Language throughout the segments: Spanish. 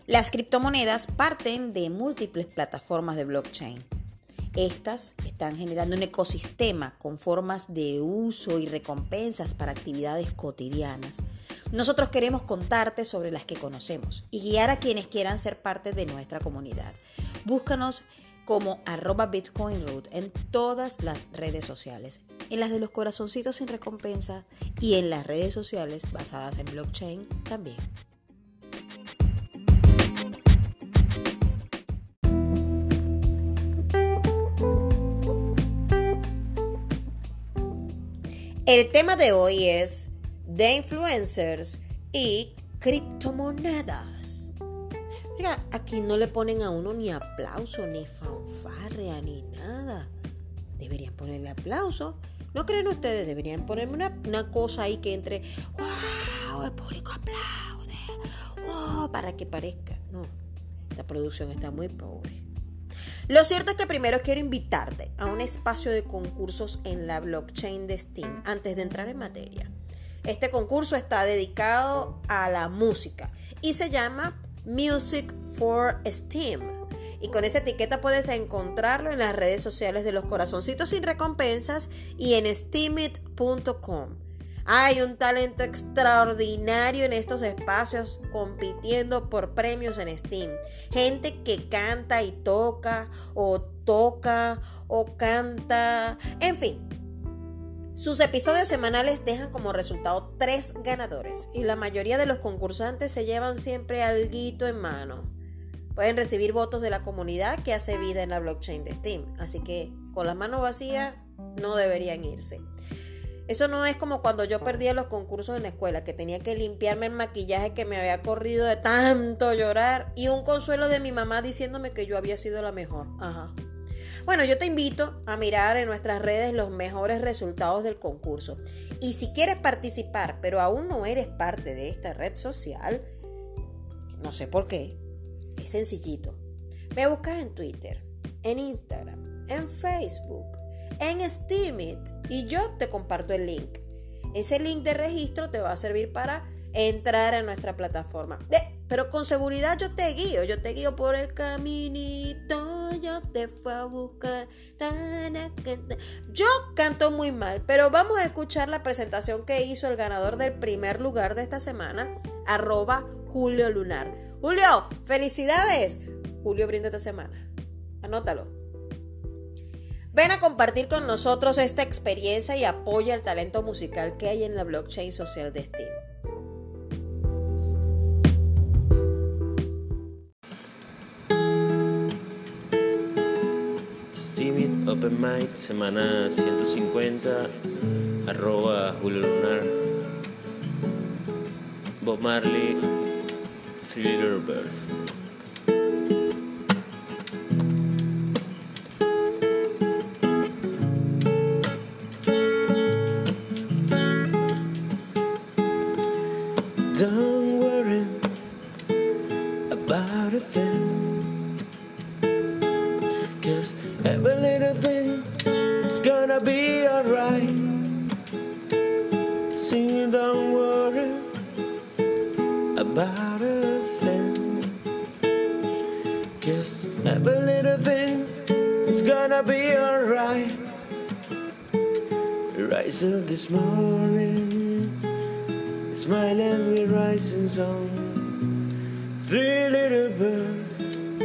Las criptomonedas parten de múltiples plataformas de blockchain. Estas están generando un ecosistema con formas de uso y recompensas para actividades cotidianas. Nosotros queremos contarte sobre las que conocemos y guiar a quienes quieran ser parte de nuestra comunidad. Búscanos como @BitcoinRoot en todas las redes sociales, en las de los corazoncitos sin recompensa y en las redes sociales basadas en blockchain también. El tema de hoy es de influencers y criptomonedas. Mira, aquí no le ponen a uno ni aplauso, ni fanfarria, ni nada. Deberían ponerle aplauso. ¿No creen ustedes? Deberían ponerme una cosa ahí que entre, ¡wow! El público aplaude, ¡wow! Para que parezca. No, esta producción está muy pobre. Lo cierto es que primero quiero invitarte a un espacio de concursos en la blockchain de Steem antes de entrar en materia. Este concurso está dedicado a la música y se llama Music for Steem. Y con esa etiqueta puedes encontrarlo en las redes sociales de los corazoncitos sin recompensas y en steemit.com. Hay un talento extraordinario en estos espacios compitiendo por premios en Steem. Gente que canta y toca o canta, en fin. Sus episodios semanales dejan como resultado 3 ganadores y la mayoría de los concursantes se llevan siempre alguito en mano. Pueden recibir votos de la comunidad que hace vida en la blockchain de Steem, así que con las manos vacías no deberían irse. Eso no es como cuando yo perdía los concursos en la escuela, que tenía que limpiarme el maquillaje que me había corrido de tanto llorar y un consuelo de mi mamá diciéndome que yo había sido la mejor. Bueno, yo te invito a mirar en nuestras redes los mejores resultados del concurso. Y si quieres participar, pero aún no eres parte de esta red social, no sé por qué, es sencillito. Me buscas en Twitter, en Instagram, en Facebook, en Steemit y yo te comparto el link. Ese link de registro te va a servir para entrar a nuestra plataforma. Pero con seguridad yo te guío por el caminito, yo te fui a buscar. Yo canto muy mal, pero vamos a escuchar la presentación que hizo el ganador del primer lugar de esta semana, @Julio Lunar. Julio, felicidades. Julio brinda esta semana. Anótalo. Ven a compartir con nosotros esta experiencia y apoya el talento musical que hay en la blockchain social de Steem. Steemit Open Mic, semana 150, @Julio Lunar. Bob Marley, Three Little Birds. Don't worry about a thing, 'cause every little thing is gonna be alright. Sing, don't worry about a thing, 'cause every little thing is gonna be alright. Rise up this morning, smile every rising sun. 3 little birds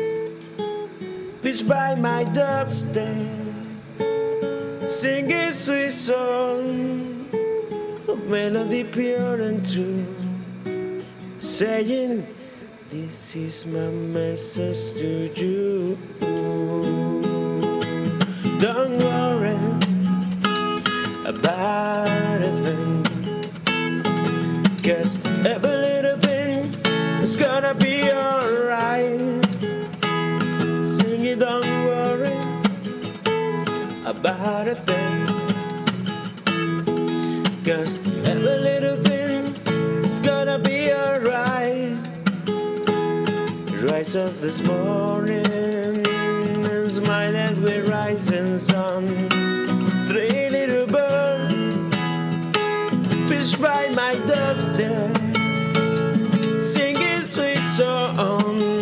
pitch by my doorstep, singing sweet song of melody pure and true, saying, this is my message to you. Don't worry about a thing, 'cause every little thing is gonna be alright. Sing it, don't worry about a thing, 'cause every little thing is gonna be alright. Rise up this morning and smile as we rising sun. 3 little birds pitch by my doorstep, singing sweet song.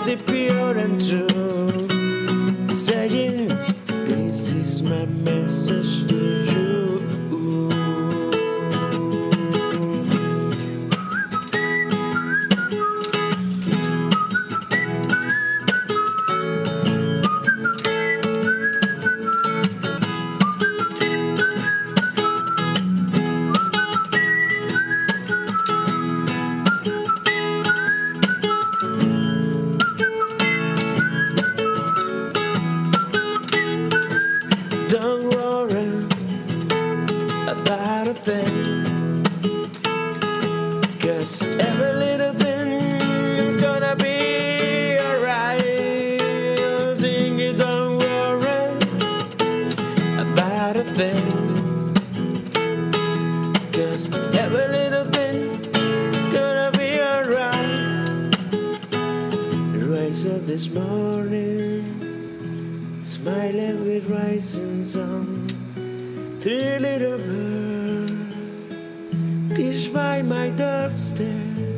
melody pure and true, saying, this is my message to you. Don't worry about a thing, 'cause every little thing is gonna be alright. Sing it, don't worry about a thing, 'cause every little thing gonna be alright. The rise of this morning, smiling with rising sun. Three little birds pitch by my doorstep,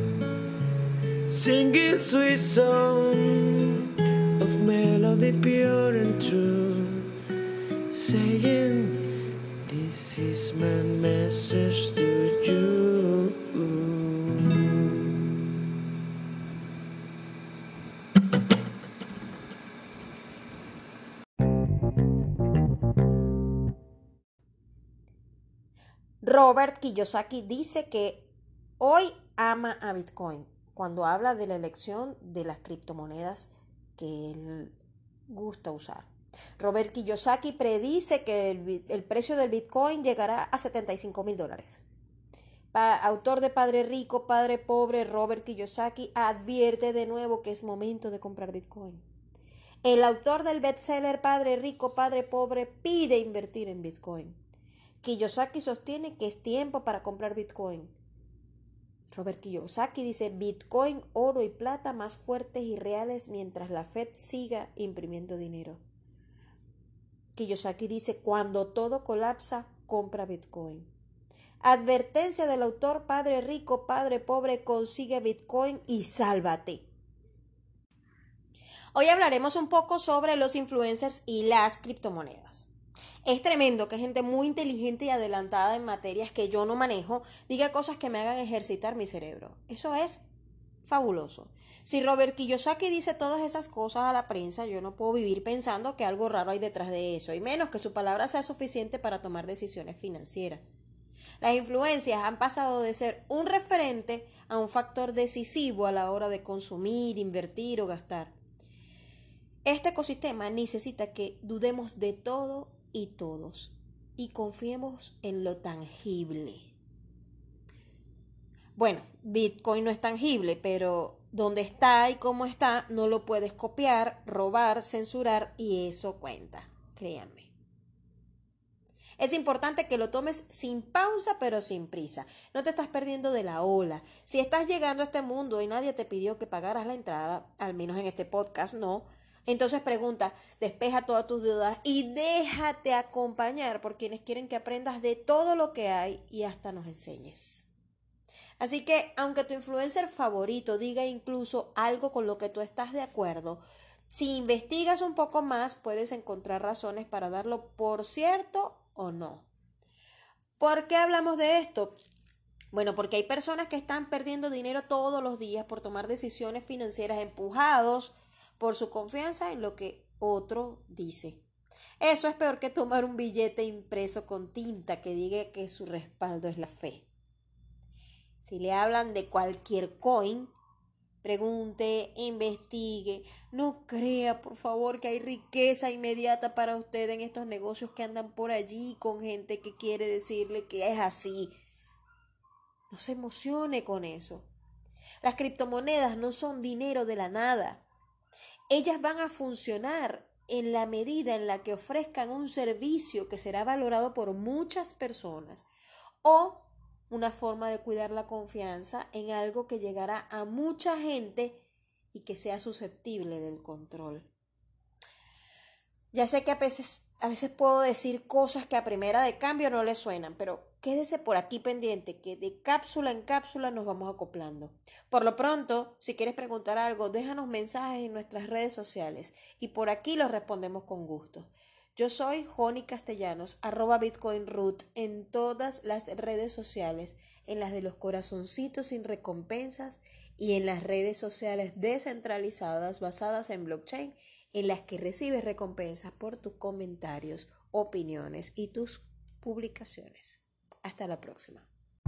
singing sweet song of melody pure and true, saying, this is my message to you. Robert Kiyosaki dice que hoy ama a Bitcoin cuando habla de la elección de las criptomonedas que él gusta usar. Robert Kiyosaki predice que el precio del Bitcoin llegará a $75,000. Autor de Padre Rico, Padre Pobre, Robert Kiyosaki advierte de nuevo que es momento de comprar Bitcoin. El autor del bestseller Padre Rico, Padre Pobre pide invertir en Bitcoin. Kiyosaki sostiene que es tiempo para comprar Bitcoin. Robert Kiyosaki dice, Bitcoin, oro y plata más fuertes y reales mientras la Fed siga imprimiendo dinero. Kiyosaki dice, cuando todo colapsa, compra Bitcoin. Advertencia del autor Padre Rico, Padre Pobre, consigue Bitcoin y sálvate. Hoy hablaremos un poco sobre los influencers y las criptomonedas. Es tremendo que gente muy inteligente y adelantada en materias que yo no manejo diga cosas que me hagan ejercitar mi cerebro. Eso es fabuloso. Si Robert Kiyosaki dice todas esas cosas a la prensa, yo no puedo vivir pensando que algo raro hay detrás de eso, y menos que su palabra sea suficiente para tomar decisiones financieras. Las influencias han pasado de ser un referente a un factor decisivo a la hora de consumir, invertir o gastar. Este ecosistema necesita que dudemos de todo y todos y confiemos en lo tangible. Bueno, Bitcoin no es tangible, pero donde está y cómo está no lo puedes copiar, robar, censurar, y eso cuenta, créanme. Es importante que lo tomes sin pausa pero sin prisa. No te estás perdiendo de la ola. Si estás llegando a este mundo y nadie te pidió que pagaras la entrada, al menos en este podcast no, entonces pregunta, despeja todas tus dudas y déjate acompañar por quienes quieren que aprendas de todo lo que hay y hasta nos enseñes. Así que, aunque tu influencer favorito diga incluso algo con lo que tú estás de acuerdo, si investigas un poco más puedes encontrar razones para darlo por cierto o no. ¿Por qué hablamos de esto? Bueno, porque hay personas que están perdiendo dinero todos los días por tomar decisiones financieras empujados por su confianza en lo que otro dice. Eso es peor que tomar un billete impreso con tinta que diga que su respaldo es la fe. Si le hablan de cualquier coin, pregunte, investigue, no crea por favor que hay riqueza inmediata para usted en estos negocios que andan por allí con gente que quiere decirle que es así. No se emocione con eso. Las criptomonedas no son dinero de la nada. Ellas van a funcionar en la medida en la que ofrezcan un servicio que será valorado por muchas personas o una forma de cuidar la confianza en algo que llegará a mucha gente y que sea susceptible del control. Ya sé que a veces A veces puedo decir cosas que a primera de cambio no le suenan, pero quédese por aquí pendiente, que de cápsula en cápsula nos vamos acoplando. Por lo pronto, si quieres preguntar algo, déjanos mensajes en nuestras redes sociales y por aquí los respondemos con gusto. Yo soy Joni Castellanos, @BitcoinRoot en todas las redes sociales, en las de los corazoncitos sin recompensas y en las redes sociales descentralizadas basadas en blockchain, en las que recibes recompensas por tus comentarios, opiniones y tus publicaciones. Hasta la próxima.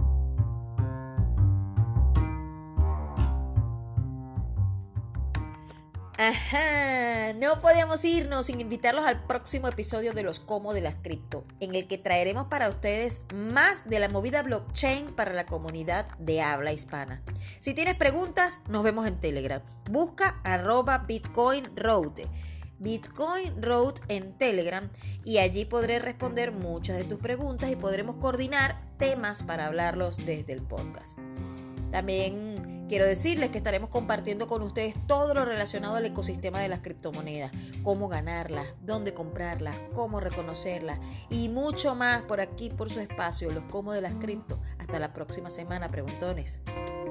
Ajá, no podíamos irnos sin invitarlos al próximo episodio de Los Cómo de las Cripto, en el que traeremos para ustedes más de la movida blockchain para la comunidad de habla hispana. Si tienes preguntas, nos vemos en Telegram. Busca @BitcoinRoad. Bitcoin Road en Telegram y allí podré responder muchas de tus preguntas y podremos coordinar temas para hablarlos desde el podcast. También quiero decirles que estaremos compartiendo con ustedes todo lo relacionado al ecosistema de las criptomonedas, cómo ganarlas, dónde comprarlas, cómo reconocerlas y mucho más por aquí, por su espacio, Los Cómo de las Cripto. Hasta la próxima semana, preguntones.